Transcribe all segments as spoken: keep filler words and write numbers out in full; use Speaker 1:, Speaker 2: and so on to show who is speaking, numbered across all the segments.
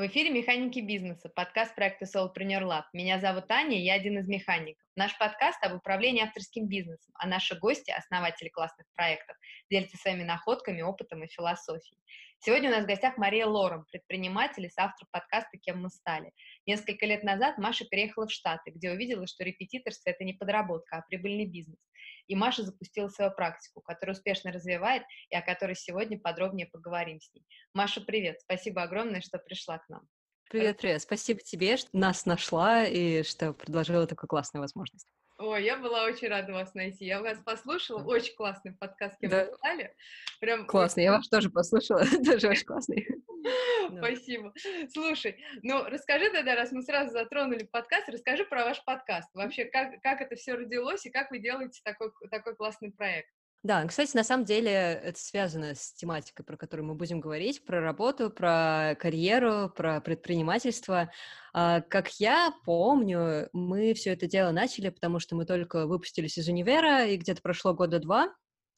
Speaker 1: В эфире «Механики бизнеса», подкаст проекта Solopreneur Lab. Меня зовут Аня, я один из механиков. Наш подкаст об управлении авторским бизнесом, а наши гости, основатели классных проектов, делятся своими находками, опытом и философией. Сегодня у нас в гостях Мария Лорем, предприниматель и соавтор подкаста «Кем мы стали». Несколько лет назад Маша переехала в Штаты, где увидела, что репетиторство– это не подработка, а прибыльный бизнес. И Маша запустила свою практику, которую успешно развивает и о которой сегодня подробнее поговорим с ней. Маша, привет! Спасибо огромное, что пришла к нам.
Speaker 2: Привет, привет. Спасибо тебе, что нас нашла и что предложила такую классную возможность.
Speaker 1: Ой, я была очень рада вас найти. Я вас послушала. Очень классный подкаст, кем
Speaker 2: Да.
Speaker 1: вы стали. Прям
Speaker 2: Классно, я ваш тоже послушала. Тоже очень классный.
Speaker 1: Спасибо. Слушай, ну расскажи тогда, раз мы сразу затронули подкаст, расскажи про ваш подкаст. Вообще, как, как это все родилось и как вы делаете такой, такой классный проект?
Speaker 2: Да, кстати, на самом деле это связано с тематикой, про которую мы будем говорить, про работу, про карьеру, про предпринимательство. А, Как я помню, мы все это дело начали, потому что мы только выпустились из универа, и где-то прошло года два,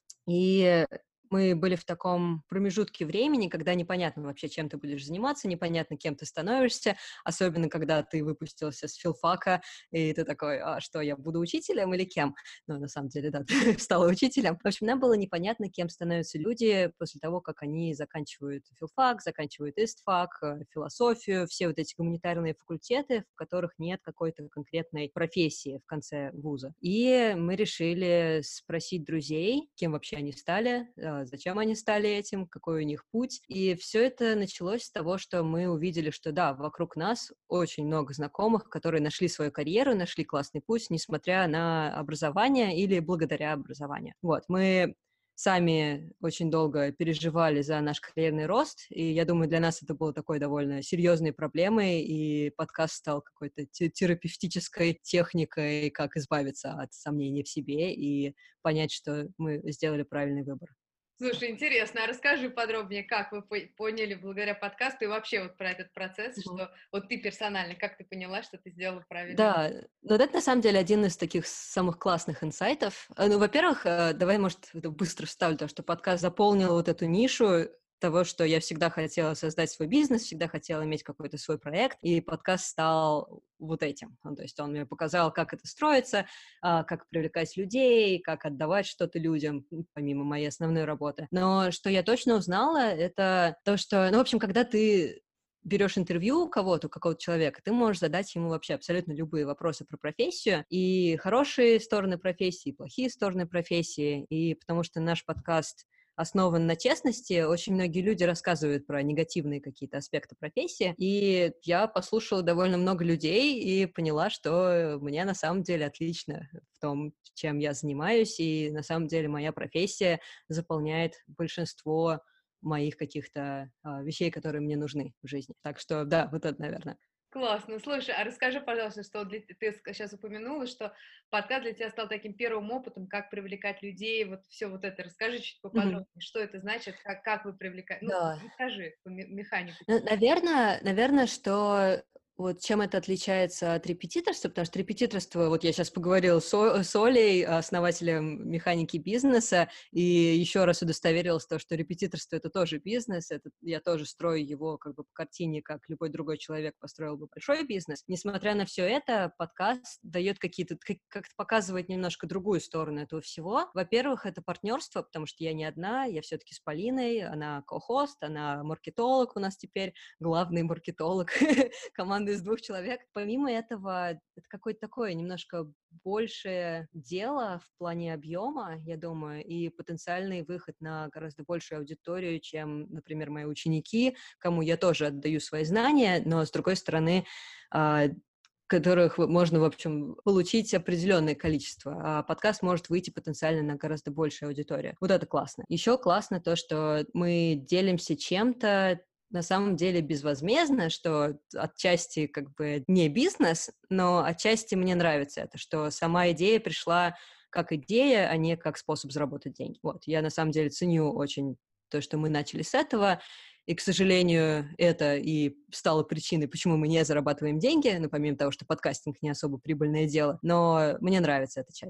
Speaker 2: и мы были в таком промежутке времени, когда непонятно вообще, чем ты будешь заниматься, непонятно, кем ты становишься, особенно когда ты выпустился с филфака, и ты такой, а что, я буду учителем или кем? Ну, на самом деле, да, ты стала учителем. В общем, нам было непонятно, кем становятся люди после того, как они заканчивают филфак, заканчивают истфак, э, философию, все вот эти гуманитарные факультеты, в которых нет какой-то конкретной профессии в конце вуза. И мы решили спросить друзей, кем вообще они стали, э, зачем они стали этим, какой у них путь. И все это началось с того, что мы увидели, что да, вокруг нас очень много знакомых, которые нашли свою карьеру, нашли классный путь, несмотря на образование или благодаря образованию. Вот, мы сами очень долго переживали за наш карьерный рост, и я думаю, для нас это было такой довольно серьезной проблемой, и подкаст стал какой-то те- терапевтической техникой, как избавиться от сомнений в себе и понять, что мы сделали правильный выбор.
Speaker 1: Слушай, интересно, а расскажи подробнее, как вы по- поняли благодаря подкасту и вообще вот про этот процесс,
Speaker 2: Мгм.
Speaker 1: что вот ты персонально, как ты поняла, что ты сделала правильный выбор?
Speaker 2: Да, но это на самом деле один из таких самых классных инсайтов. Э, Ну, во-первых, э, давай, может, это быстро вставлю, то, что подкаст заполнил вот эту нишу того, что я всегда хотела создать свой бизнес, всегда хотела иметь какой-то свой проект, и подкаст стал вот этим. Ну, то есть он мне показал, как это строится, а, как привлекать людей, как отдавать что-то людям, м, помимо моей основной работы. Но что я точно узнала, это то, что, ну, в общем, когда ты берешь интервью у кого-то, у какого-то человека, ты можешь задать ему вообще абсолютно любые вопросы про профессию, и хорошие стороны профессии, и плохие стороны профессии, и потому что наш подкаст основан на честности, очень многие люди рассказывают про негативные какие-то аспекты профессии, и я послушала довольно много людей и поняла, что мне на самом деле отлично в том, чем я занимаюсь, и на самом деле моя профессия заполняет большинство моих каких-то а, вещей, которые мне нужны в жизни. Так что, да, вот это, наверное.
Speaker 1: Классно. Слушай, а расскажи, пожалуйста, что для, ты сейчас упомянула, что подкаст для тебя стал таким первым опытом, как привлекать людей, вот все вот это. Расскажи чуть
Speaker 2: Мгм.
Speaker 1: поподробнее, что это значит, как, как вы привлекаете, ну,
Speaker 2: Да.
Speaker 1: расскажи по ме- механику.
Speaker 2: Наверное, наверное, что вот чем это отличается от репетиторства, потому что репетиторство, вот я сейчас поговорила с, О- с Олей, основателем механики бизнеса, и еще раз удостоверилась, то, что репетиторство — это тоже бизнес, это, я тоже строю его как бы по картине, как любой другой человек построил бы большой бизнес. Несмотря на все это, подкаст дает какие-то, как- как-то показывает немножко другую сторону этого всего. Во-первых, это партнерство, потому что я не одна, я все-таки с Полиной, она ко-хост, она маркетолог у нас теперь, главный маркетолог команды из двух человек. Помимо этого, это какое-то такое немножко большее дело в плане объема, я думаю, и потенциальный выход на гораздо большую аудиторию, чем, например, мои ученики, кому я тоже отдаю свои знания, но, с другой стороны, а, которых вы- можно, в общем, получить определенное количество, а подкаст может выйти потенциально на гораздо большую аудиторию. Вот это классно. Еще классно то, что мы делимся чем-то, на самом деле безвозмездно, что отчасти как бы не бизнес, но отчасти мне нравится это, что сама идея пришла как идея, а не как способ заработать деньги. Вот, я на самом деле ценю очень то, что мы начали с этого, и, к сожалению, это и стало причиной, почему мы не зарабатываем деньги, ну, помимо того, что подкастинг не особо прибыльное дело, но мне нравится эта часть.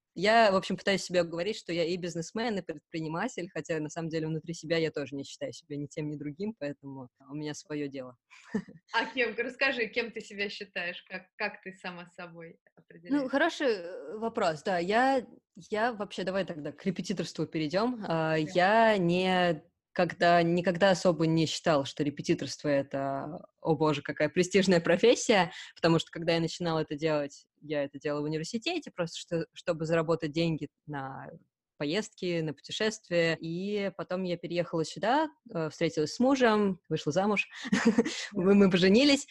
Speaker 2: Я, в общем, пытаюсь себя уговорить, что я и бизнесмен, и предприниматель, хотя на самом деле внутри себя я тоже не считаю себя ни тем, ни другим, поэтому у меня свое дело.
Speaker 1: А кем? Расскажи, кем ты себя считаешь? Как, как ты сама с собой
Speaker 2: Ну,
Speaker 1: определяешь?
Speaker 2: хороший э, вопрос, да. Я, я вообще, давай тогда к репетиторству перейдем. А,
Speaker 1: Да.
Speaker 2: Я не когда, никогда особо не считал, что репетиторство — это, о боже, какая престижная профессия, потому что когда я начинала это делать, я это делала в университете, просто что, чтобы заработать деньги на поездки, на путешествия. И потом я переехала сюда, э, встретилась с мужем, вышла замуж, мы мы поженились,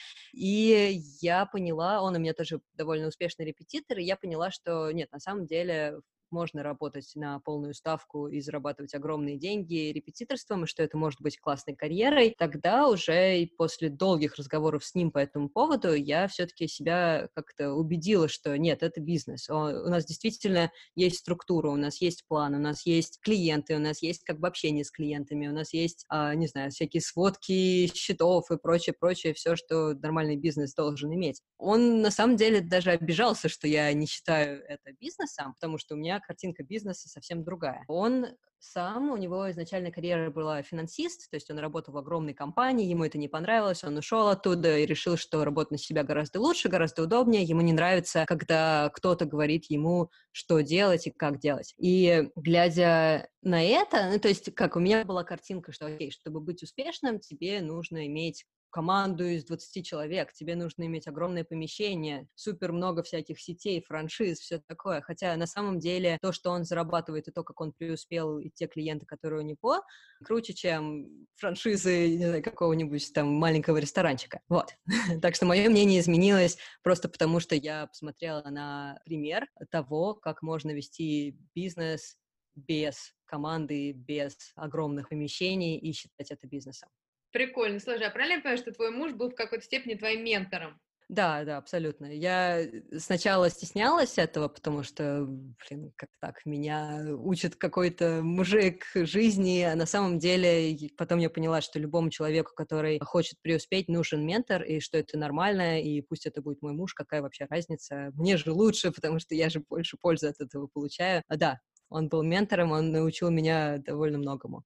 Speaker 2: и я поняла, он у меня тоже довольно успешный репетитор, и я поняла, что нет, на самом деле можно работать на полную ставку и зарабатывать огромные деньги репетиторством, и что это может быть классной карьерой. Тогда уже и после долгих разговоров с ним по этому поводу я все-таки себя как-то убедила, что нет, это бизнес. О, у нас действительно есть структура, у нас есть план, у нас есть клиенты, у нас есть как бы общение с клиентами, у нас есть, а, не знаю, всякие сводки счетов и прочее, прочее, все, что нормальный бизнес должен иметь. Он на самом деле даже обижался, что я не считаю это бизнесом, потому что у меня картинка бизнеса совсем другая. Он сам, у него изначально карьера была финансист, то есть он работал в огромной компании, ему это не понравилось, он ушел оттуда и решил, что работать на себя гораздо лучше, гораздо удобнее, ему не нравится, когда кто-то говорит ему, что делать и как делать. И глядя на это, ну, то есть как у меня была картинка, что, окей, чтобы быть успешным, тебе нужно иметь команду из двадцати человек, тебе нужно иметь огромное помещение, супер много всяких сетей, франшиз, все такое. Хотя на самом деле то, что он зарабатывает, и то, как он преуспел, и те клиенты, которые у него, круче, чем франшизы, не знаю, какого-нибудь там маленького ресторанчика. Вот. Так что мое мнение изменилось просто потому, что я посмотрела на пример того, как можно вести бизнес без команды, без огромных помещений и считать это бизнесом.
Speaker 1: Прикольно. Слушай, а правильно я понимаю, что твой муж был в какой-то степени твоим ментором?
Speaker 2: Да, да, абсолютно. Я э, сначала стеснялась этого, потому что, блин, как так, меня учит какой-то мужик жизни, а на самом деле и потом я поняла, что любому человеку, который хочет преуспеть, нужен ментор, и что это нормально, и пусть это будет мой муж, какая вообще разница, мне же лучше, потому что я же больше пользы от этого получаю. А да, он был ментором, он научил меня довольно многому.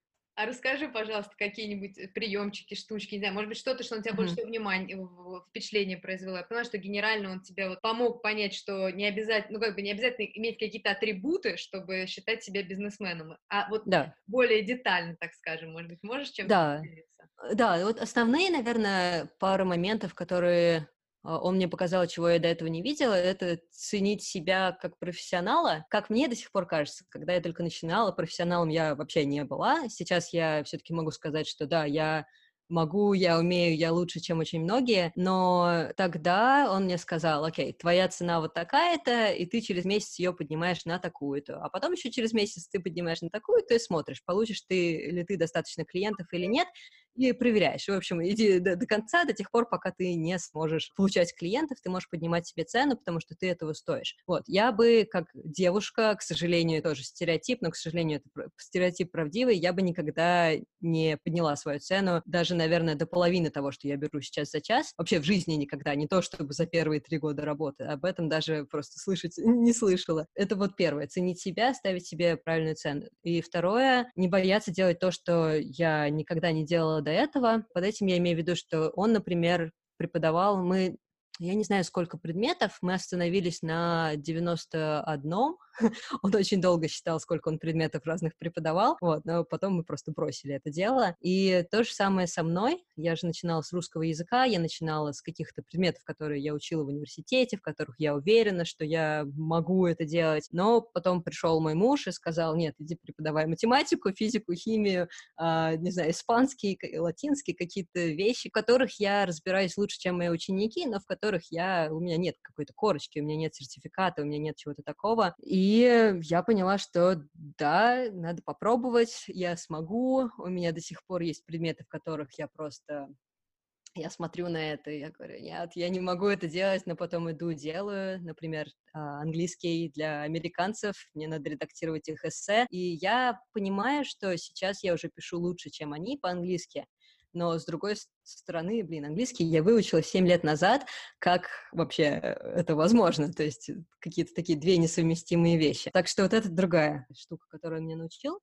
Speaker 1: А расскажи, пожалуйста, какие-нибудь э, приемчики, штучки, не знаю, может быть, что-то, что на тебя больше
Speaker 2: Мгм.
Speaker 1: всего внимания, в- в- впечатление произвело. Я понимаю, что генерально он тебе вот помог понять, что не обязательно, ну, как бы не обязательно иметь какие-то атрибуты, чтобы считать себя бизнесменом, а вот
Speaker 2: Да,
Speaker 1: более детально, так скажем, может быть, можешь чем-то
Speaker 2: да.
Speaker 1: поделиться?
Speaker 2: Э, да, вот основные, наверное, пара моментов, которые, а, он мне показал, чего я до этого не видела, это ценить себя как профессионала. Как мне до сих пор кажется, когда я только начинала, профессионалом я вообще не была. Сейчас я все-таки могу сказать, что да, я могу, я умею, я лучше, чем очень многие, но тогда он мне сказал: окей, твоя цена вот такая-то, и ты через месяц ее поднимаешь на такую-то, а потом еще через месяц ты поднимаешь на такую-то и смотришь, получишь ты ли ты достаточно клиентов или нет, и проверяешь. В общем, иди до, до конца, до тех пор, пока ты не сможешь получать клиентов, ты можешь поднимать себе цену, потому что ты этого стоишь. Вот, я бы, как девушка, к сожалению, тоже стереотип, но, к сожалению, это пр- стереотип правдивый, я бы никогда не подняла свою цену, даже, наверное, до половины того, что я беру сейчас за час. Вообще в жизни никогда, не то чтобы за первые три года работы, об этом даже просто слышать не слышала. Это вот первое, ценить себя, ставить себе правильную цену. И второе, не бояться делать то, что я никогда не делала до этого. Под этим я имею в виду, что он, например, преподавал, мы, я не знаю, сколько предметов, мы остановились на девяносто одном. Он очень долго считал, сколько он предметов разных преподавал, вот, но потом мы просто бросили это дело. И то же самое со мной. Я же начинала с русского языка, я начинала с каких-то предметов, которые я учила в университете, в которых я уверена, что я могу это делать. Но потом пришел мой муж и сказал: нет, иди преподавай математику, физику, химию, а, не знаю, испанский, к- латинский, какие-то вещи, в которых я разбираюсь лучше, чем мои ученики, но в которых я, у меня нет какой-то корочки, у меня нет сертификата, у меня нет чего-то такого. И я поняла, что да, надо попробовать, я смогу. У меня до сих пор есть предметы, в которых я просто я смотрю на это, и я говорю: нет, я не могу это делать, но потом иду, делаю. Например, а, английский для американцев, мне надо редактировать их эссе, и я понимаю, что сейчас я уже пишу лучше, чем они по-английски, но, с другой с- стороны, блин, английский я выучила семь лет назад, как вообще это возможно, то есть какие-то такие две несовместимые вещи. Так что вот это другая штука, которую он меня научил.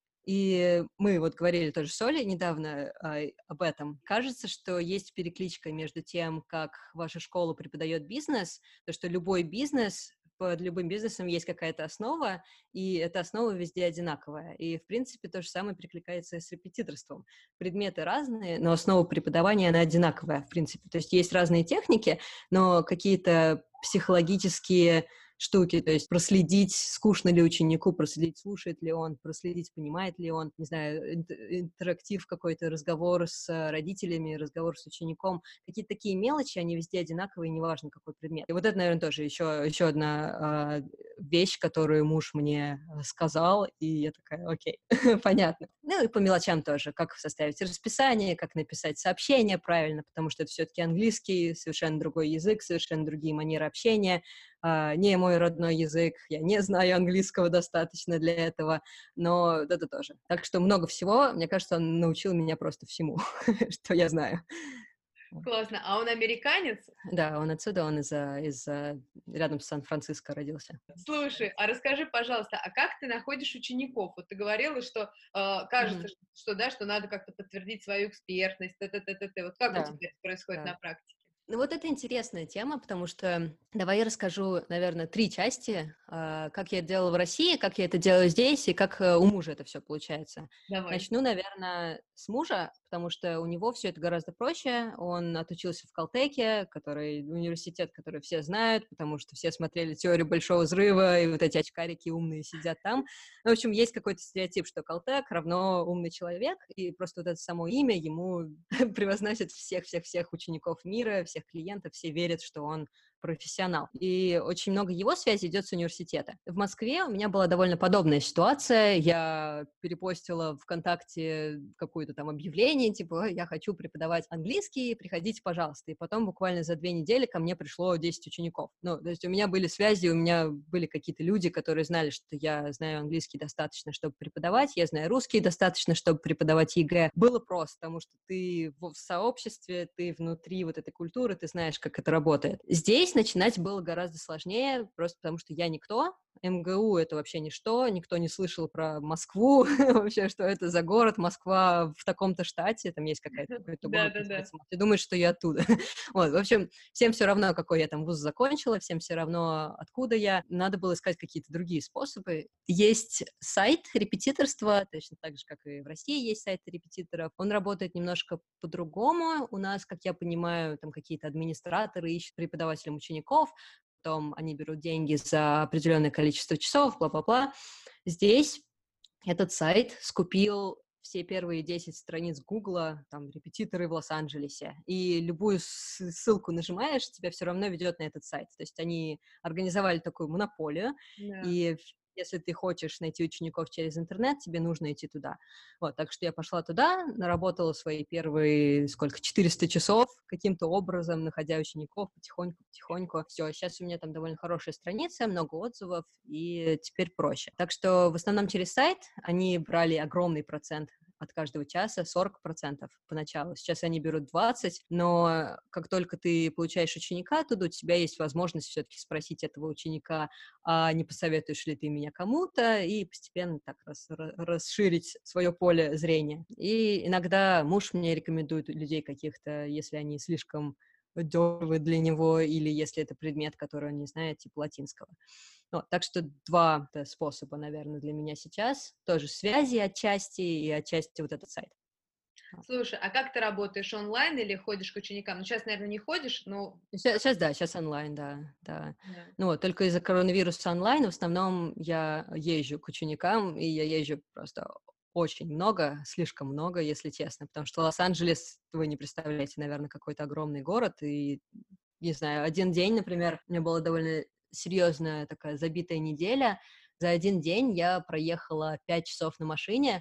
Speaker 2: И мы вот говорили тоже с Олей недавно а, об этом. Кажется, что есть перекличка между тем, как ваша школа преподает бизнес, то, что любой бизнес, под любым бизнесом есть какая-то основа, и эта основа везде одинаковая. И, в принципе, то же самое перекликается и с репетиторством. Предметы разные, но основа преподавания, она одинаковая, в принципе. То есть есть разные техники, но какие-то психологические штуки, то есть проследить, скучно ли ученику, проследить, слушает ли он, проследить, понимает ли он, не знаю, интерактив какой-то, разговор с родителями, разговор с учеником, какие-то такие мелочи, они везде одинаковые, неважно, какой предмет. И вот это, наверное, тоже еще, еще одна э, вещь, которую муж мне сказал, и я такая, окей, понятно. Ну и по мелочам тоже, как составить расписание, как написать сообщение правильно, потому что это все-таки английский, совершенно другой язык, совершенно другие манеры общения, Uh, не мой родной язык, я не знаю английского достаточно для этого, но это тоже. Так что много всего, мне кажется, он научил меня просто всему, что я знаю.
Speaker 1: Классно. А он американец?
Speaker 2: Да, он отсюда, он из, из рядом с Сан-Франциско родился.
Speaker 1: Слушай, а расскажи, пожалуйста, а как ты находишь учеников? Вот ты говорила, что э, кажется,
Speaker 2: Mm-hmm.
Speaker 1: что, да, что надо как-то подтвердить свою экспертность, т-т-т-т-т. Вот как
Speaker 2: Да,
Speaker 1: у тебя это происходит
Speaker 2: да.
Speaker 1: на практике?
Speaker 2: Ну вот это интересная тема, потому что давай я расскажу, наверное, три части, как я это делала в России, как я это делаю здесь и как у мужа это все получается.
Speaker 1: Давай.
Speaker 2: Начну, наверное, с мужа, потому что у него все это гораздо проще. Он отучился в Калтеке, который университет, который все знают, потому что все смотрели «Теорию большого взрыва», и вот эти очкарики умные сидят там. Ну, в общем, есть какой-то стереотип, что Калтек равно умный человек, и просто вот это само имя ему превозносит всех-всех-всех учеников мира, всех клиентов, все верят, что он профессионал. И очень много его связи идет с университета. В Москве у меня была довольно подобная ситуация. Я перепостила ВКонтакте какое-то там объявление, типа, я хочу преподавать английский, приходите, пожалуйста. И потом буквально за две недели ко мне пришло десять учеников. Ну, то есть у меня были связи, у меня были какие-то люди, которые знали, что я знаю английский достаточно, чтобы преподавать, я знаю русский достаточно, чтобы преподавать ЕГЭ. Было просто, потому что ты в сообществе, ты внутри вот этой культуры, ты знаешь, как это работает. Здесь начинать было гораздо сложнее, просто потому что я никто, МГУ — это вообще ничто, никто не слышал про Москву, вообще, что это за город, Москва в таком-то штате, там есть какая-то, какой-то город, называется, ты думаешь, что я оттуда. Вот, в общем, всем все равно, какой я там вуз закончила, всем все равно, откуда я, надо было искать какие-то другие способы. Есть сайт репетиторства, точно так же, как и в России есть сайт репетиторов, он работает немножко по-другому, у нас, как я понимаю, там какие-то администраторы ищут преподавателям учеников, потом они берут деньги за определенное количество часов, бла-бла-бла. Здесь этот сайт скупил все первые десять страниц Гугла, там, репетиторы в Лос-Анджелесе, и любую ссылку нажимаешь, тебя все равно ведет на этот сайт. То есть они организовали такую монополию, yeah. и если ты хочешь найти учеников через интернет, тебе нужно идти туда. Вот, так что я пошла туда, наработала свои первые, сколько, четыреста часов, каким-то образом, находя учеников потихоньку-потихоньку. Все, сейчас у меня там довольно хорошая страница, много отзывов, и теперь проще. Так что в основном через сайт они брали огромный процент от каждого часа, сорок процентов поначалу. Сейчас они берут двадцать, но как только ты получаешь ученика оттуда, у тебя есть возможность все-таки спросить этого ученика, а не посоветуешь ли ты меня кому-то, и постепенно так рас, расширить свое поле зрения. И иногда муж мне рекомендует людей каких-то, если они слишком дёрвы для него, или если это предмет, который он не знает, типа латинского. Вот, так что два способа, наверное, для меня сейчас. Тоже связи отчасти и отчасти вот этот сайт.
Speaker 1: Слушай, а как ты работаешь, онлайн или ходишь к ученикам? Ну, сейчас, наверное, не ходишь, но...
Speaker 2: Сейчас, сейчас да, сейчас онлайн, да, да.
Speaker 1: Yeah.
Speaker 2: Ну вот, только из-за коронавируса онлайн в основном я езжу к ученикам, и я езжу просто очень много, слишком много, если честно, потому что Лос-Анджелес, вы не представляете, наверное, какой-то огромный город, и, не знаю, один день, например, у меня была довольно серьезная такая забитая неделя, за один день я проехала пять часов на машине,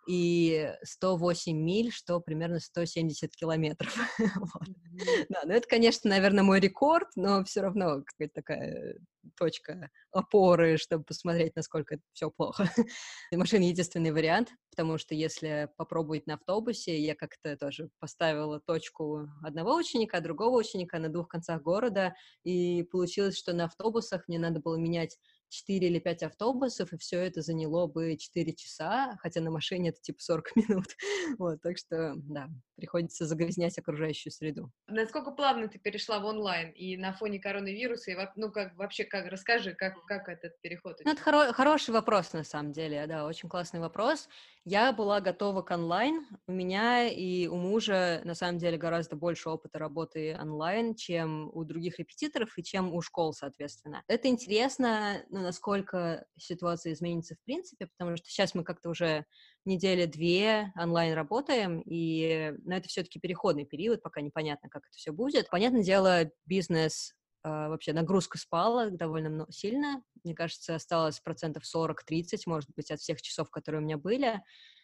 Speaker 2: и сто восемь миль, что примерно сто семьдесят километров. Вот.
Speaker 1: Мгм.
Speaker 2: Да, ну это, конечно, наверное, мой рекорд, но все равно какая-то такая точка опоры, чтобы посмотреть, насколько все плохо. Машина — единственный вариант, потому что если попробовать на автобусе, я как-то тоже поставила точку одного ученика, другого ученика на двух концах города, и получилось, что на автобусах мне надо было менять четыре или пять автобусов, и все это заняло бы четыре часа, хотя на машине это типа сорок минут. Вот, так что, да, приходится загрязнять окружающую среду.
Speaker 1: Насколько плавно ты перешла в онлайн и на фоне коронавируса, и, во- ну, как вообще, как, расскажи, как, как этот переход у
Speaker 2: Ну, это
Speaker 1: тебя?
Speaker 2: хоро- хороший вопрос, на самом деле, да, очень классный вопрос. Я была готова к онлайн. У меня и у мужа, на самом деле, гораздо больше опыта работы онлайн, чем у других репетиторов и чем у школ, соответственно. Это интересно, ну, насколько ситуация изменится в принципе, потому что сейчас мы как-то уже недели две онлайн работаем, и но это все-таки переходный период, пока непонятно, как это все будет. Понятное дело, бизнес а, вообще нагрузка спала довольно мно- сильно. Мне кажется, осталось процентов сорок-тридцать, может быть, от всех часов, которые у меня были.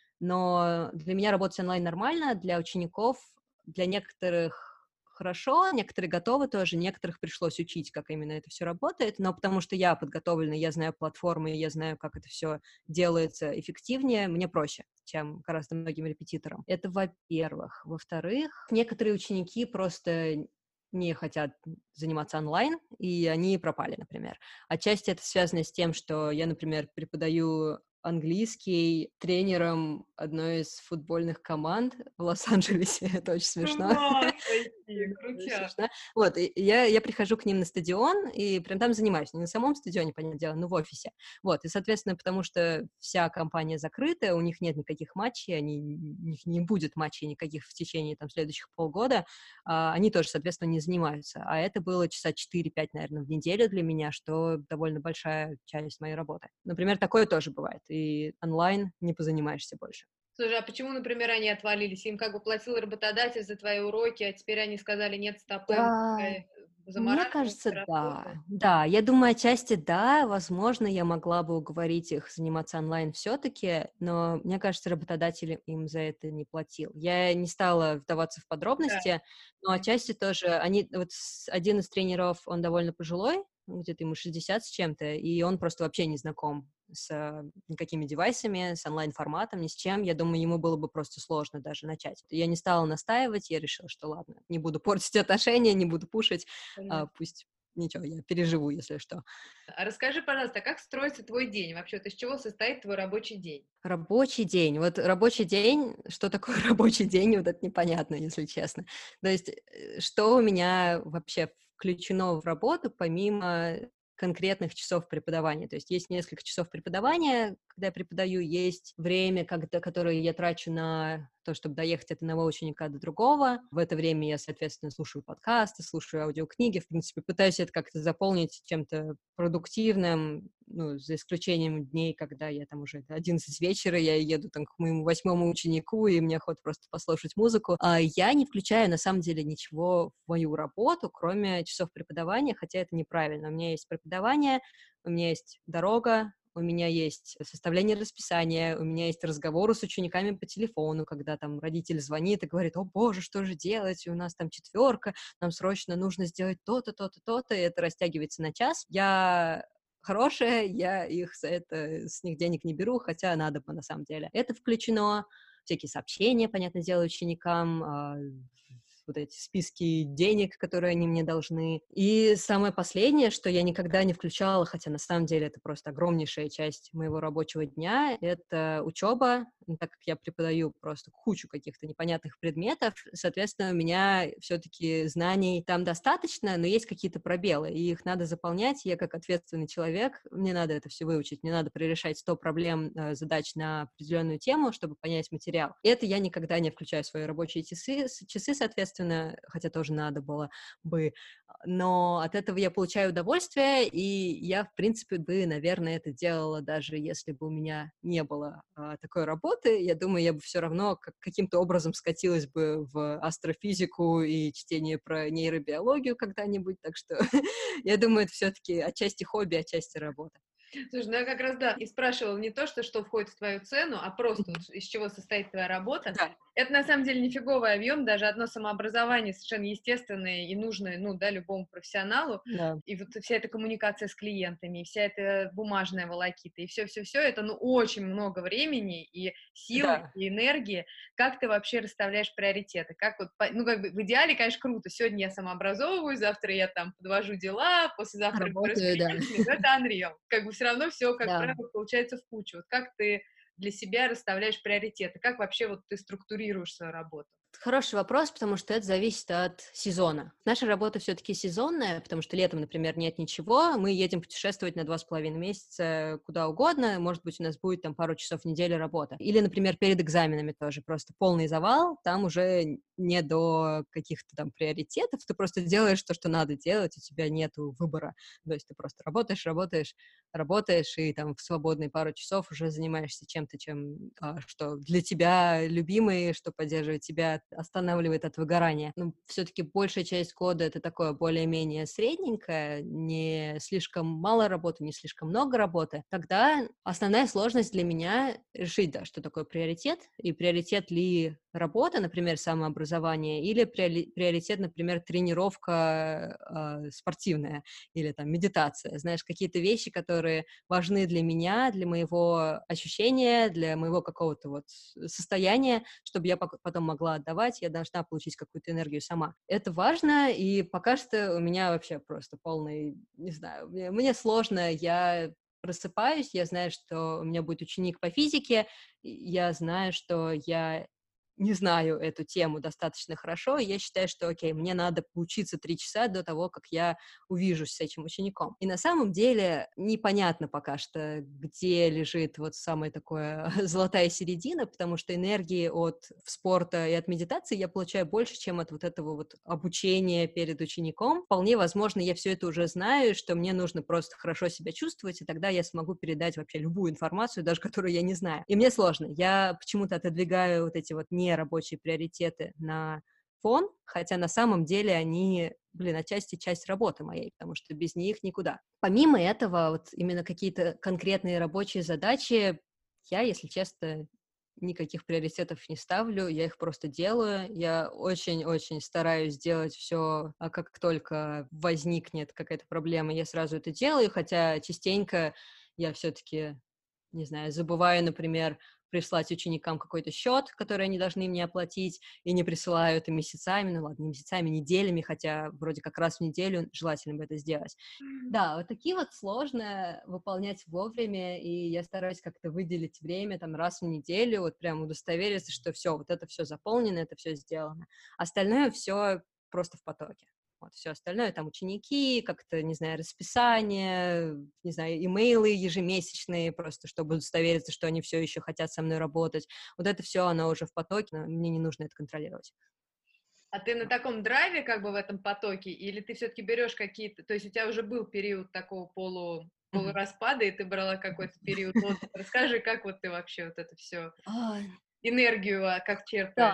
Speaker 2: Но для меня работать онлайн нормально, для учеников, для некоторых хорошо, некоторые готовы тоже, некоторых пришлось учить, как именно это все работает, но потому что я подготовлена, я знаю платформы, я знаю, как это все делается эффективнее, мне проще, чем гораздо многим репетиторам. Это во-первых. Во-вторых, некоторые ученики просто не хотят заниматься онлайн, и они пропали, например. Отчасти это связано с тем, что я, например, преподаю английский тренером одной из футбольных команд в Лос-Анджелесе. Это очень смешно.
Speaker 1: Класс, вообще,
Speaker 2: Да, очень
Speaker 1: крутяк.
Speaker 2: смешно. Вот, и я, я прихожу к ним на стадион и прям там занимаюсь. Не на самом стадионе, понятное дело, но в офисе. Вот, и, соответственно, потому что вся компания закрыта, у них нет никаких матчей, они, у них не будет матчей никаких в течение там следующих полгода, а, они тоже, соответственно, не занимаются. А это было часа четыре-пять, наверное, в неделю для меня, что довольно большая часть моей работы. Например, такое тоже бывает, и онлайн не позанимаешься больше.
Speaker 1: Слушай, а почему, например, они отвалились? Им как бы платил работодатель за твои уроки, а теперь они сказали, нет, стопэ, мы
Speaker 2: Да,
Speaker 1: э,
Speaker 2: мне
Speaker 1: замораживаем
Speaker 2: кажется,
Speaker 1: операционную.
Speaker 2: да. Да, я думаю, отчасти да, возможно, я могла бы уговорить их заниматься онлайн все-таки, но мне кажется, работодатель им за это не платил. Я не стала вдаваться в
Speaker 1: Да.
Speaker 2: подробности, но отчасти тоже они, вот с- один из тренеров, он довольно пожилой, ну, где-то ему шестьдесят с чем-то, и он просто вообще не знаком с э, никакими девайсами, с онлайн-форматом, ни с чем. Я думаю, ему было бы просто сложно даже начать. Я не стала настаивать, я решила, что ладно, не буду портить отношения, не буду пушить, а,
Speaker 1: Понятно.
Speaker 2: пусть ничего, я переживу, если что.
Speaker 1: А расскажи, пожалуйста, а как строится твой день вообще? То есть из чего состоит твой рабочий день?
Speaker 2: Рабочий день. Вот рабочий день, что такое рабочий день, вот это непонятно, если честно. То есть, э, что у меня вообще включено в работу, помимо конкретных часов преподавания. То есть есть несколько часов преподавания, когда я преподаю, есть время, когда, которое я трачу на то, чтобы доехать от одного ученика до другого. В это время я, соответственно, слушаю подкасты, слушаю аудиокниги, в принципе, пытаюсь это как-то заполнить чем-то продуктивным, ну, за исключением дней, когда я там уже одиннадцать вечера, я еду там к моему восьмому ученику, и мне охота просто послушать музыку. А я не включаю, на самом деле, ничего в мою работу, кроме часов преподавания, хотя это неправильно. У меня есть преподавание, у меня есть дорога, у меня есть составление расписания, у меня есть разговоры с учениками по телефону, когда там родитель звонит и говорит: о боже, что же делать, у нас там четверка, нам срочно нужно сделать то-то, то-то, то-то, и это растягивается на час. Я хорошая, я их за это, с них денег не беру, хотя надо бы на самом деле. Это включено, всякие сообщения, понятное дело, ученикам, а, вот эти списки денег, которые они мне должны. И самое последнее, что я никогда не включала, хотя на самом деле это просто огромнейшая часть моего рабочего дня, это учеба. Ну, так как я преподаю просто кучу каких-то непонятных предметов, соответственно, у меня все-таки знаний там достаточно, но есть какие-то пробелы, и их надо заполнять. Я как ответственный человек, мне надо это все выучить, мне надо прорешать сто проблем, э, задач на определенную тему, чтобы понять материал. И это я никогда не включаю в свои рабочие часы, с- часы, соответственно, хотя тоже надо было бы, но от этого я получаю удовольствие, и я, в принципе, бы, наверное, это делала, даже если бы у меня не было а, такой работы. Я думаю, я бы все равно как- каким-то образом скатилась бы в астрофизику и чтение про нейробиологию когда-нибудь, так что я думаю, это все-таки отчасти хобби, отчасти работа.
Speaker 1: Слушай, ну я как раз, да, и спрашивала не то, что что входит в твою цену, а просто вот из чего состоит твоя работа.
Speaker 2: Да,
Speaker 1: Это на самом деле нифиговый объем, даже одно самообразование совершенно естественное и нужное, ну, да, любому профессионалу.
Speaker 2: да,
Speaker 1: И вот вся эта коммуникация с клиентами, и вся эта бумажная волокита, и все-все-все, это, ну, очень много времени и сил,
Speaker 2: да.
Speaker 1: и энергии. Как ты вообще расставляешь приоритеты? Как вот, по- ну, как бы в идеале, конечно, круто. Сегодня я самообразовываюсь, завтра я там подвожу дела, послезавтра говорю с
Speaker 2: Работаю, да.
Speaker 1: клиентами, но это unreal. Как бы все равно все, как
Speaker 2: Да.
Speaker 1: правило, получается в кучу. Вот как ты для себя расставляешь приоритеты? Как вообще вот ты структурируешь свою работу?
Speaker 2: Хороший вопрос, потому что это зависит от сезона. Наша работа все-таки сезонная, потому что летом, например, нет ничего, мы едем путешествовать на два с половиной месяца куда угодно, может быть, у нас будет там пару часов в неделю работа. Или, например, перед экзаменами тоже просто полный завал, там уже не до каких-то там приоритетов, ты просто делаешь то, что надо делать, у тебя нету выбора. То есть ты просто работаешь, работаешь, работаешь, и там в свободные пару часов уже занимаешься чем-то, чем, а, что для тебя любимый, что поддерживает тебя, останавливает от выгорания. Ну, все-таки большая часть года это такое более-менее средненькое, не слишком мало работы, не слишком много работы. Тогда основная сложность для меня решить, да, что такое приоритет, и приоритет ли работа, например, самообразование, или приори- приоритет, например, тренировка э, спортивная, или там медитация, знаешь, какие-то вещи, которые важны для меня, для моего ощущения, для моего какого-то вот состояния, чтобы я пок- потом могла отдавать, я должна получить какую-то энергию сама. Это важно, и пока что у меня вообще просто полный, не знаю, мне, мне сложно, я просыпаюсь, я знаю, что у меня будет ученик по физике, и я знаю, что я не знаю эту тему достаточно хорошо, и я считаю, что, окей, мне надо поучиться три часа до того, как я увижусь с этим учеником. И на самом деле непонятно пока что, где лежит вот самая такая золотая середина, потому что энергии от спорта и от медитации я получаю больше, чем от вот этого вот обучения перед учеником. Вполне возможно, я все это уже знаю, что мне нужно просто хорошо себя чувствовать, и тогда я смогу передать вообще любую информацию, даже которую я не знаю. И мне сложно. Я почему-то отодвигаю вот эти вот нерабочие приоритеты на фон, хотя на самом деле они, блин, отчасти часть работы моей, потому что без них никуда. Помимо этого, вот именно какие-то конкретные рабочие задачи, я, если честно, никаких приоритетов не ставлю, я их просто делаю. Я очень-очень стараюсь сделать все, а как только возникнет какая-то проблема, я сразу это делаю, хотя частенько я все-таки, не знаю, забываю, например, прислать ученикам какой-то счет, который они должны мне оплатить, и не присылаю это месяцами, ну ладно, не месяцами, неделями, хотя вроде как раз в неделю желательно бы это сделать. Да, вот такие вот сложно выполнять вовремя, и я стараюсь как-то выделить время там раз в неделю, вот прям удостовериться, что все, вот это все заполнено, это все сделано. Остальное все просто в потоке. Вот, все остальное, там, ученики, как-то, не знаю, расписание, не знаю, имейлы ежемесячные, просто чтобы удостовериться, что они все еще хотят со мной работать. Вот это все, оно уже в потоке, но мне не нужно это контролировать.
Speaker 1: А ты на таком драйве как бы в этом потоке, или ты все-таки берешь какие-то, то есть у тебя уже был период такого полу,
Speaker 2: Мгм.
Speaker 1: полураспада, и ты брала какой-то период отдыха. Расскажи, как вот ты вообще вот это все,
Speaker 2: А,
Speaker 1: энергию, а, как
Speaker 2: да,
Speaker 1: черпаешь?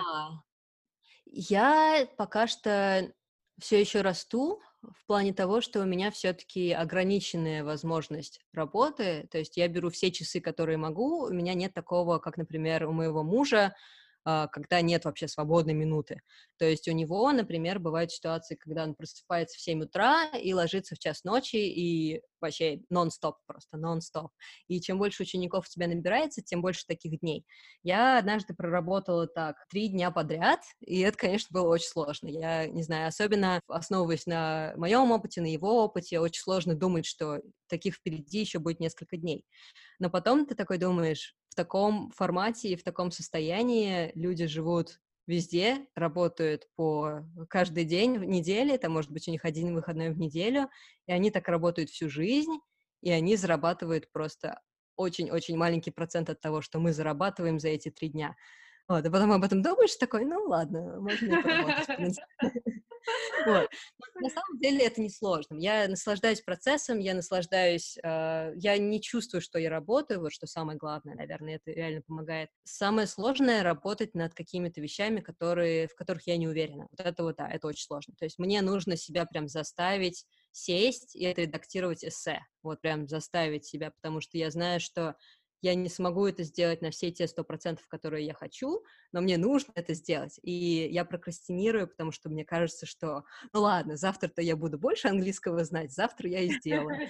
Speaker 2: я пока что все еще расту в плане того, что у меня все-таки ограниченная возможность работы, то есть я беру все часы, которые могу, у меня нет такого, как, например, у моего мужа, а, когда нет вообще свободной минуты. То есть у него, например, бывают ситуации, когда он просыпается в семь утра и ложится в час ночи, и вообще нон-стоп просто, нон-стоп. И чем больше учеников у тебя набирается, тем больше таких дней. Я однажды проработала так три дня подряд, и это, конечно, было очень сложно. Я не знаю, особенно основываясь на моем опыте, на его опыте, очень сложно думать, что таких впереди еще будет несколько дней. Но потом ты такой думаешь, в таком формате и в таком состоянии люди живут везде, работают по каждый день в неделе, там может быть у них один выходной в неделю, и они так работают всю жизнь, и они зарабатывают просто очень-очень маленький процент от того, что мы зарабатываем за эти три дня. Вот, а потом об этом думаешь, такой, ну ладно, можно и поработать, в принципе. Вот. Но на самом деле это несложно. Я наслаждаюсь процессом, я наслаждаюсь, э, я не чувствую, что я работаю, вот что самое главное, наверное, это реально помогает. Самое сложное — работать над какими-то вещами, которые, в которых я не уверена. Вот это вот, да, это очень сложно. То есть мне нужно себя прям заставить сесть и отредактировать эссе. Вот прям заставить себя, потому что я знаю, что я не смогу это сделать на все те сто процентов, которые я хочу, но мне нужно это сделать. И я прокрастинирую, потому что мне кажется, что, ну ладно, завтра-то я буду больше английского знать, завтра я и сделаю.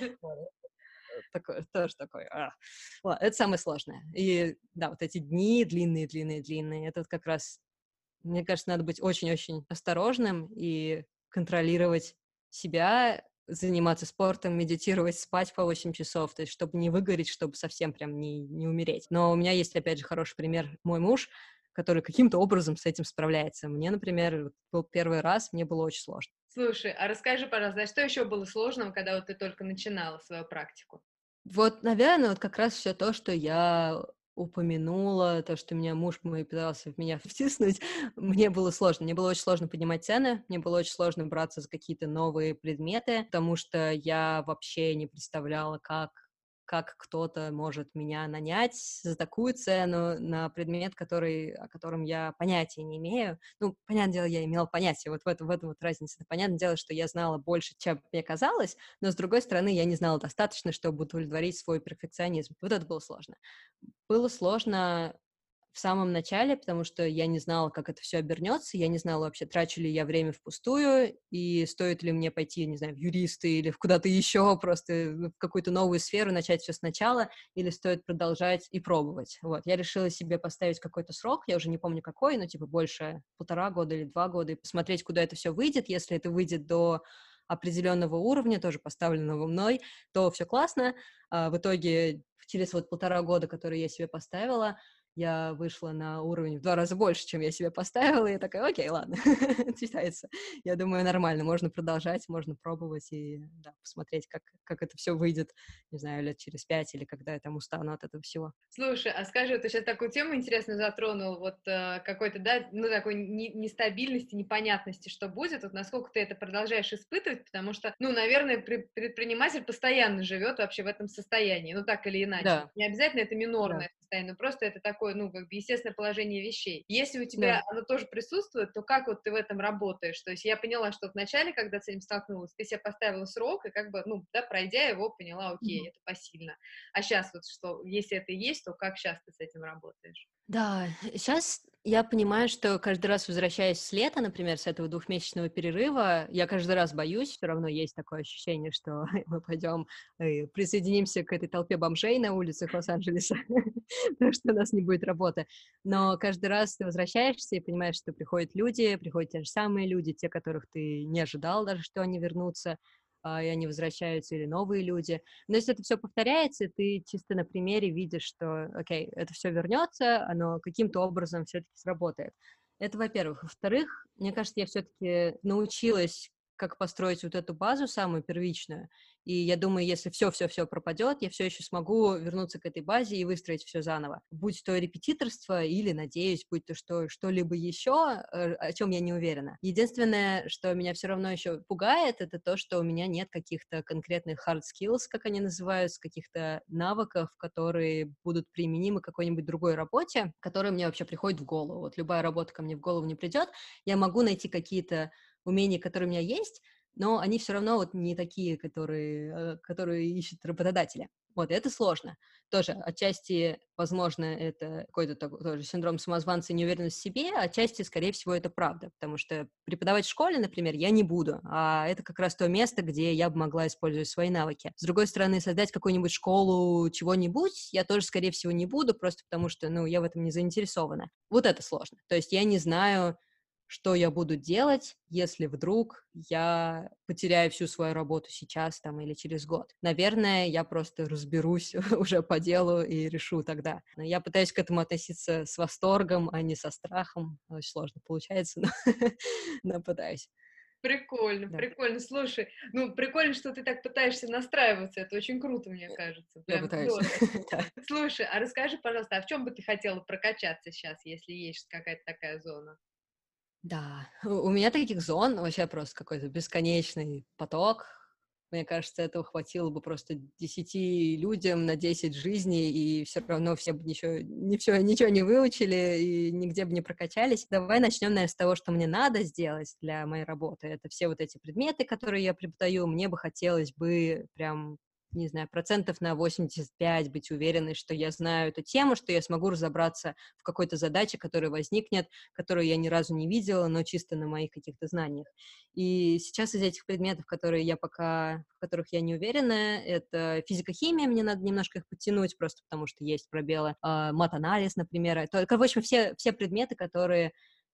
Speaker 2: Такое, тоже такое. А. Ладно, это самое сложное. И да, вот эти дни длинные, длинные, длинные, это вот как раз, мне кажется, надо быть очень-очень осторожным и контролировать себя, заниматься спортом, медитировать, спать по восемь часов, то есть чтобы не выгореть, чтобы совсем прям не, не умереть. Но у меня есть, опять же, хороший пример, мой муж, который каким-то образом с этим справляется. Мне, например, был первый раз, мне было очень сложно.
Speaker 1: Слушай, а расскажи, пожалуйста, а что еще было сложного, когда вот ты только начинала свою практику?
Speaker 2: Вот, наверное, вот как раз все то, что я упомянула, то, что меня муж мой пытался в меня втиснуть, мне было сложно. Мне было очень сложно поднимать цены, мне было очень сложно браться за какие-то новые предметы, потому что я вообще не представляла, как как кто-то может меня нанять за такую цену на предмет, который, о котором я понятия не имею. Ну, понятное дело, я имела понятие, вот в этом, в этом вот разница. Понятное дело, что я знала больше, чем мне казалось, но, с другой стороны, я не знала достаточно, чтобы удовлетворить свой перфекционизм. Вот это было сложно. Было сложно в самом начале, потому что я не знала, как это все обернется, я не знала вообще, трачу ли я время впустую, и стоит ли мне пойти, не знаю, в юристы или в куда-то еще, просто в какую-то новую сферу, начать все сначала, или стоит продолжать и пробовать. Вот, я решила себе поставить какой-то срок, я уже не помню какой, но типа больше полтора года или два года, и посмотреть, куда это все выйдет. Если это выйдет до определенного уровня, тоже поставленного мной, то все классно. А в итоге через вот полтора года, которые я себе поставила, я вышла на уровень в два раза больше, чем я себе поставила, и я такая, окей, ладно, считается. Я думаю, нормально, можно продолжать, можно пробовать и да, посмотреть, как, как это все выйдет, не знаю, лет через пять или когда я там устану от этого всего.
Speaker 1: Слушай, а скажи, ты сейчас такую тему интересную затронул, вот э, какой-то, да, ну, такой не- нестабильности, непонятности, что будет, вот насколько ты это продолжаешь испытывать, потому что, ну, наверное, пре- предприниматель постоянно живет вообще в этом состоянии, ну, так или иначе.
Speaker 2: Да,
Speaker 1: Не обязательно это
Speaker 2: да,
Speaker 1: минорное состояние, но просто это такое, ну, как бы естественное положение вещей. Если у
Speaker 2: да.
Speaker 1: тебя оно тоже присутствует, то как вот ты в этом работаешь? То есть я поняла, что вначале, когда с этим столкнулась, ты себе поставила срок, и как бы, ну, да, пройдя его, поняла, окей, это посильно. А сейчас вот что, если это есть, то как сейчас ты с этим работаешь?
Speaker 2: Да, сейчас я понимаю, что каждый раз, возвращаясь с лета, например, с этого двухмесячного перерыва, я каждый раз боюсь, все равно есть такое ощущение, что мы пойдем и присоединимся к этой толпе бомжей на улицах Лос-Анджелеса, потому что у нас не будет работы. Но каждый раз ты возвращаешься и понимаешь, что приходят люди, приходят те же самые люди, те, которых ты не ожидал даже, что они вернутся, а, и они возвращаются, или новые люди. Но если это все повторяется, ты чисто на примере видишь, что, окей, это все вернется, оно каким-то образом все-таки сработает. Это, во-первых. Во-вторых, мне кажется, я все-таки научилась, как построить вот эту базу самую первичную. И я думаю, если все-все-все пропадет, я все еще смогу вернуться к этой базе и выстроить все заново. Будь то репетиторство или, надеюсь, будь то что, что-либо еще, о чем я не уверена. Единственное, что меня все равно еще пугает, это то, что у меня нет каких-то конкретных hard skills, как они называются, каких-то навыков, которые будут применимы к какой-нибудь другой работе, которая мне вообще приходит в голову. Вот любая работа ко мне в голову не придет, я могу найти какие-то умения, которые у меня есть, но они все равно вот не такие, которые, э, которые ищут работодатели. Вот, и это сложно. Тоже отчасти, возможно, это какой-то такой тоже синдром самозванца и неуверенность в себе, а отчасти, скорее всего, это правда, потому что преподавать в школе, например, я не буду, а это как раз то место, где я бы могла использовать свои навыки. С другой стороны, создать какую-нибудь школу чего-нибудь я тоже, скорее всего, не буду, просто потому что, ну, я в этом не заинтересована. Вот это сложно. То есть я не знаю, что я буду делать, если вдруг я потеряю всю свою работу сейчас там или через год. Наверное, я просто разберусь уже по делу и решу тогда. Но я пытаюсь к этому относиться с восторгом, а не со страхом. Очень сложно получается, но, но пытаюсь.
Speaker 1: Прикольно,
Speaker 2: Да,
Speaker 1: прикольно. Слушай, ну, прикольно, что ты так пытаешься настраиваться. Это очень круто, мне кажется.
Speaker 2: я
Speaker 1: Прям
Speaker 2: пытаюсь.
Speaker 1: здорово.
Speaker 2: Да.
Speaker 1: Слушай, а расскажи, пожалуйста, а в чем бы ты хотела прокачаться сейчас, если есть какая-то такая зона?
Speaker 2: Да, у у меня таких зон вообще просто какой-то бесконечный поток. Мне кажется, этого хватило бы просто десяти людям на десять жизней, и все равно все бы ничего, не все, ничего не выучили и нигде бы не прокачались. Давай начнем, наверное, с того, что мне надо сделать для моей работы. Это все вот эти предметы, которые я преподаю. Мне бы хотелось бы прям не знаю, процентов на восемьдесят пять быть уверенной, что я знаю эту тему, что я смогу разобраться в какой-то задаче, которая возникнет, которую я ни разу не видела, но чисто на моих каких-то знаниях. И сейчас из этих предметов, которые я пока, в которых я не уверена, это физика-химия, мне надо немножко их подтянуть, просто потому что есть пробелы, а, мат-анализ, например. Это, в общем, все, все предметы, которые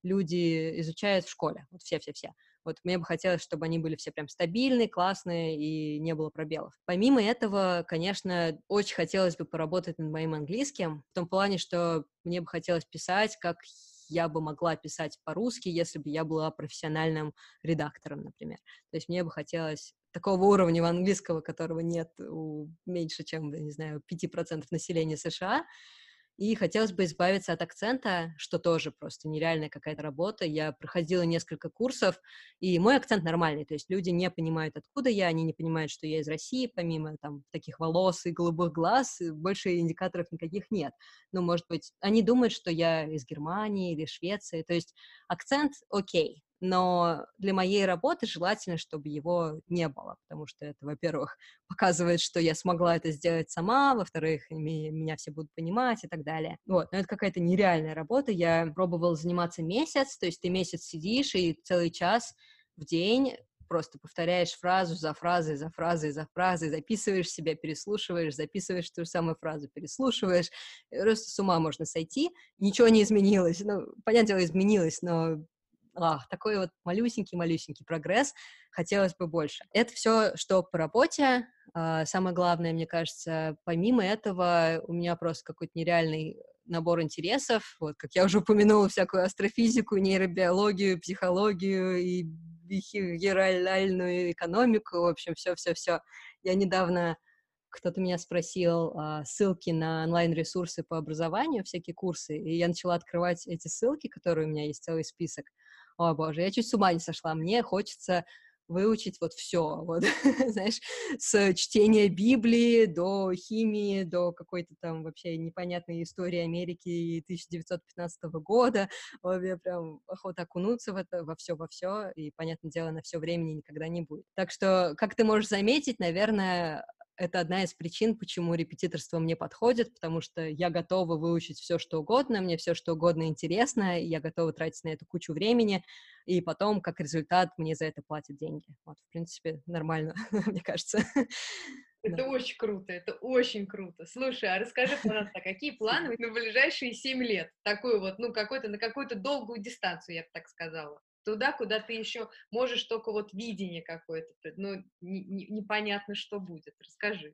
Speaker 2: люди изучают в школе, вот все-все-все. Вот мне бы хотелось, чтобы они были все прям стабильные, классные и не было пробелов. Помимо этого, конечно, очень хотелось бы поработать над моим английским, в том плане, что мне бы хотелось писать, как я бы могла писать по-русски, если бы я была профессиональным редактором, например. То есть мне бы хотелось такого уровня английского, которого нет у меньше, чем, не знаю, пяти процентов населения США. И хотелось бы избавиться от акцента, что тоже просто нереальная какая-то работа. Я проходила несколько курсов, и мой акцент нормальный, то есть люди не понимают, откуда я, они не понимают, что я из России, помимо там таких волос и голубых глаз, больше индикаторов никаких нет. Ну, может быть, они думают, что я из Германии или Швеции, то есть акцент окей, но для моей работы желательно, чтобы его не было, потому что это, во-первых, показывает, что я смогла это сделать сама, во-вторых, ми- меня все будут понимать и так далее. Вот, но это какая-то нереальная работа. Я пробовала заниматься месяц, то есть ты месяц сидишь и целый час в день просто повторяешь фразу за фразой, за фразой, за фразой, записываешь себя, переслушиваешь, записываешь ту же самую фразу, переслушиваешь. Просто с ума можно сойти. Ничего не изменилось. Ну, понятное дело, изменилось, но ах, такой вот малюсенький-малюсенький прогресс, хотелось бы больше. Это все, что по работе. А, самое главное, мне кажется, помимо этого, у меня просто какой-то нереальный набор интересов, вот, как я уже упомянула, всякую астрофизику, нейробиологию, психологию и бихевиоральную экономику, в общем, все-все-все. Я недавно кто-то меня спросил а, ссылки на онлайн-ресурсы по образованию, всякие курсы, и я начала открывать эти ссылки, которые у меня есть целый список. О, боже, я чуть с ума не сошла. Мне хочется выучить вот все, вот, знаешь, с чтения Библии до химии, до какой-то там вообще непонятной истории Америки тысяча девятьсот пятнадцатого года. Вот, мне прям охота окунуться в это, во все, во все, и, понятное дело, на все времени никогда не будет. Так что, как ты можешь заметить, наверное, это одна из причин, почему репетиторство мне подходит, потому что я готова выучить все, что угодно, мне все, что угодно интересно, и я готова тратить на это кучу времени, и потом, как результат, мне за это платят деньги. Вот, в принципе, нормально, мне кажется.
Speaker 1: Это
Speaker 2: Да.
Speaker 1: очень круто, это очень круто. Слушай, а расскажи, пожалуйста, а какие планы на ближайшие семь лет? Такую вот, ну, какой-то, на какую-то долгую дистанцию, я бы так сказала. Туда, куда ты еще можешь только вот видение какое-то, ну, не- не- непонятно, что будет. Расскажи.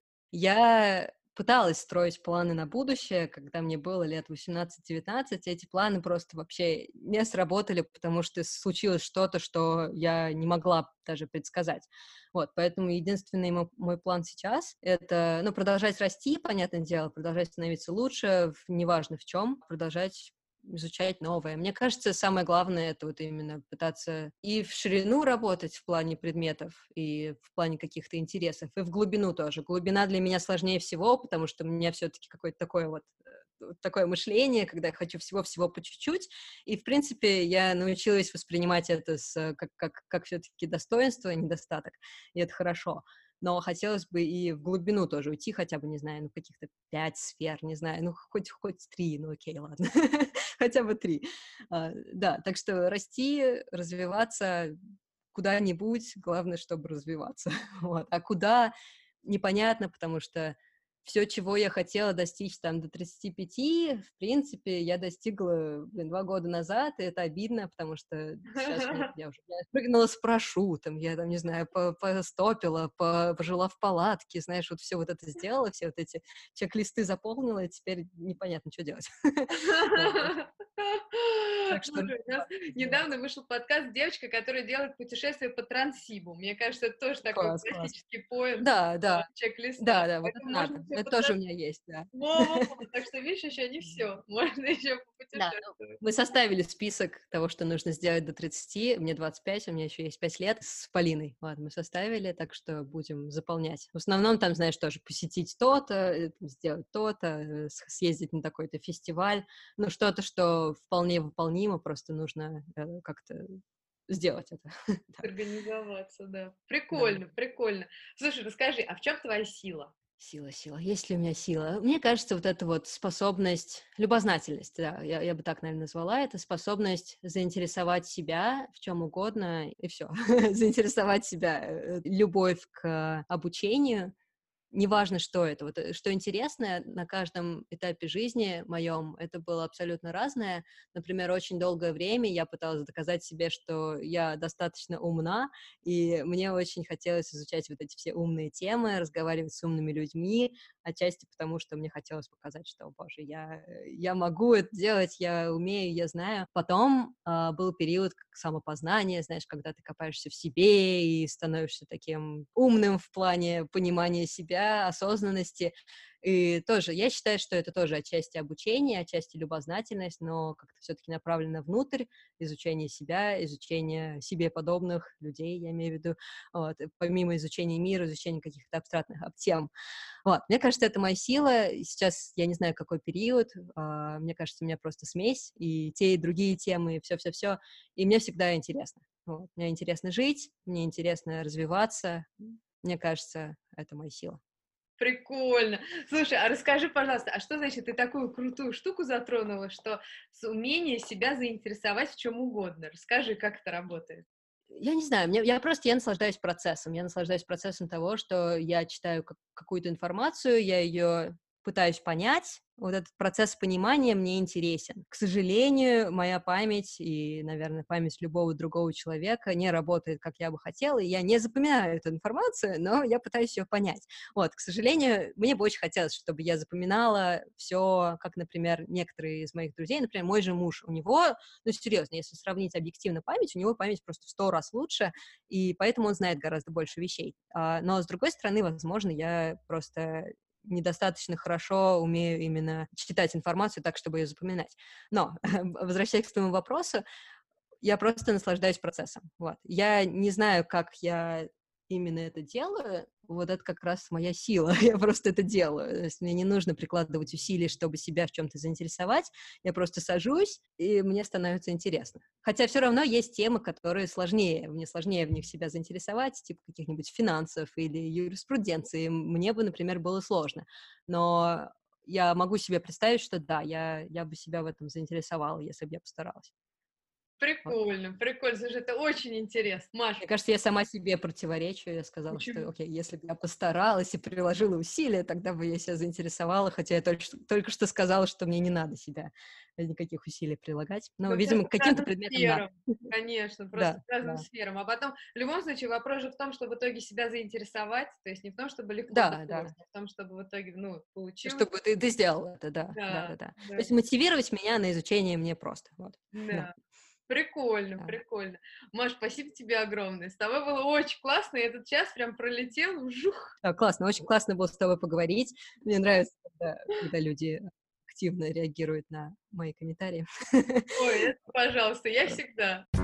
Speaker 2: Я пыталась строить планы на будущее, когда мне было лет восемнадцать-девятнадцать. Эти планы просто вообще не сработали, потому что случилось что-то, что я не могла даже предсказать. Вот, поэтому единственный мо- мой план сейчас — это, ну, продолжать расти, понятное дело, продолжать становиться лучше, в- неважно в чем, продолжать изучать новое. Мне кажется, самое главное — это вот именно пытаться и в ширину работать в плане предметов, и в плане каких-то интересов, и в глубину тоже. Глубина для меня сложнее всего, потому что у меня все-таки какое-то такое вот э, вот такое мышление, когда я хочу всего-всего по чуть-чуть, и, в принципе, я научилась воспринимать это с, э, как, как, как все-таки достоинство, а не недостаток, и это хорошо. Но хотелось бы и в глубину тоже уйти, хотя бы, не знаю, ну, каких-то пять сфер, не знаю, ну, хоть, хоть три, ну, окей, ладно, хотя бы три. А, да, так что расти, развиваться куда-нибудь, главное, чтобы развиваться. Вот. А куда, непонятно, потому что все, чего я хотела достичь там до тридцати пяти, в принципе, я достигла, блин, два года назад, и это обидно, потому что сейчас у меня, я уже я прыгнула с парашютом, я там, не знаю, по- постопила, по- пожила в палатке, знаешь, вот все вот это сделала, все вот эти чек-листы заполнила, и теперь непонятно, что делать. Вот, так так что
Speaker 1: Слушай, у нас
Speaker 2: развиваться,
Speaker 1: недавно
Speaker 2: развиваться.
Speaker 1: вышел подкаст девочка, которая делает путешествие по Транссибу. Мне кажется, это тоже такой
Speaker 2: Класс, класс.
Speaker 1: классический поинт
Speaker 2: Да,
Speaker 1: э,
Speaker 2: да,
Speaker 1: чек-листа.
Speaker 2: да-да, вот это
Speaker 1: Поэтому можно
Speaker 2: надо.
Speaker 1: все
Speaker 2: Это тоже у меня есть, да.
Speaker 1: во-во-во, так что, видишь, еще не все. Можно еще
Speaker 2: Да, ну,
Speaker 1: путешествовать.
Speaker 2: мы составили список того, что нужно сделать до тридцати. Мне двадцать пять, у меня еще есть пять лет с Полиной. Ладно, мы составили, так что будем заполнять. В основном там, знаешь, тоже посетить то-то, э, сделать то-то, э, с- съездить на такой-то фестиваль. Ну, что-то, что вполне выполнимо, просто нужно э, как-то сделать это. Да,
Speaker 1: Организоваться, да.
Speaker 2: да.
Speaker 1: Прикольно, прикольно. Слушай, расскажи, а в чем твоя сила?
Speaker 2: Сила, сила. Есть ли у меня сила? Мне кажется, вот эта вот способность, любознательность, да, я, я бы так, наверное, назвала это, способность заинтересовать себя в чем угодно, и все. Заинтересовать себя, э, любовь к обучению, неважно, что это. Вот, э, что интересно, на каждом этапе жизни моем это было абсолютно разное. Например, очень долгое время я пыталась доказать себе, что я достаточно умна, и мне очень хотелось изучать вот эти все умные темы, разговаривать с умными людьми, отчасти потому, что мне хотелось показать, что, о боже, я, э, я могу это делать, я умею, я знаю. Потом а, был период как самопознания, знаешь, когда ты копаешься в себе и становишься таким умным в плане понимания себя, осознанности. И тоже, я считаю, что это тоже отчасти обучение, отчасти любознательность, но как-то все-таки направлено внутрь, изучение себя, изучение себе подобных людей, я имею в виду, вот, и помимо изучения мира, изучения каких-то абстрактных об- тем. Вот, мне кажется, это моя сила. И сейчас я не знаю, какой период. а, Мне кажется, у меня просто смесь, и те, и другие темы, и все-все-все. И мне всегда интересно. Вот. Мне интересно жить, мне интересно развиваться. Мне кажется, это моя сила.
Speaker 1: Прикольно. Слушай, а расскажи, пожалуйста, а что значит ты такую крутую штуку затронула, что с умение себя заинтересовать в чем угодно? Расскажи, как это работает.
Speaker 2: Я не знаю, мне, я просто, я наслаждаюсь процессом. Я наслаждаюсь процессом того, что я читаю как- какую-то информацию, я ее пытаюсь понять. Вот этот процесс понимания мне интересен. К сожалению, моя память и, наверное, память любого другого человека не работает, как я бы хотела, и я не запоминаю эту информацию, но я пытаюсь ее понять. Вот, к сожалению, мне бы очень хотелось, чтобы я запоминала все, как, например, некоторые из моих друзей, например, мой же муж, у него, ну, серьезно, если сравнить объективно память, у него память просто в сто раз лучше, и поэтому он знает гораздо больше вещей. А, но, с другой стороны, возможно, я просто недостаточно хорошо умею именно читать информацию так, чтобы ее запоминать. Но, возвращаясь к твоему вопросу, я просто наслаждаюсь процессом. Вот. Я не знаю, как я именно это делаю. Вот это как раз моя сила. Я просто это делаю. То есть мне не нужно прикладывать усилий, чтобы себя в чем-то заинтересовать. Я просто сажусь, и мне становится интересно. Хотя все равно есть темы, которые сложнее. Мне сложнее в них себя заинтересовать, типа каких-нибудь финансов или юриспруденции. Мне бы, например, было сложно. Но я могу себе представить, что да, я, я бы себя в этом заинтересовала, если бы я постаралась. Вот.
Speaker 1: Прикольно, прикольно. Слушай, это очень интересно. Маш,
Speaker 2: Мне кажется, я сама себе противоречу. Я сказала, что,
Speaker 1: почему?
Speaker 2: окей, если бы я постаралась и приложила усилия, тогда бы я себя заинтересовала, хотя я только что, только что сказала, что мне не надо себя э, никаких усилий прилагать. Но,
Speaker 1: Ну,
Speaker 2: видимо,
Speaker 1: просто
Speaker 2: к
Speaker 1: к
Speaker 2: каким-то
Speaker 1: разным
Speaker 2: предметам надо.
Speaker 1: сферам, конечно, просто
Speaker 2: Да,
Speaker 1: к разным
Speaker 2: да.
Speaker 1: сферам. А потом, в любом случае, вопрос же в том, чтобы в итоге себя заинтересовать, то есть не в том, чтобы легко
Speaker 2: Да,
Speaker 1: давалось,
Speaker 2: да.
Speaker 1: а в том, чтобы в итоге, ну, получилось.
Speaker 2: Чтобы ты, ты сделала это, да, да,
Speaker 1: Да,
Speaker 2: да, да. То
Speaker 1: да,
Speaker 2: есть мотивировать меня на изучение мне просто. Вот. Да,
Speaker 1: да. Прикольно,
Speaker 2: да.
Speaker 1: прикольно. Маш, спасибо тебе огромное. С тобой было очень классно, и этот час прям пролетел. Вжух.
Speaker 2: А, классно, очень классно было с тобой поговорить. Мне нравится, когда, когда люди активно реагируют на мои комментарии.
Speaker 1: Ой, это пожалуйста, я
Speaker 2: Здорово.
Speaker 1: всегда.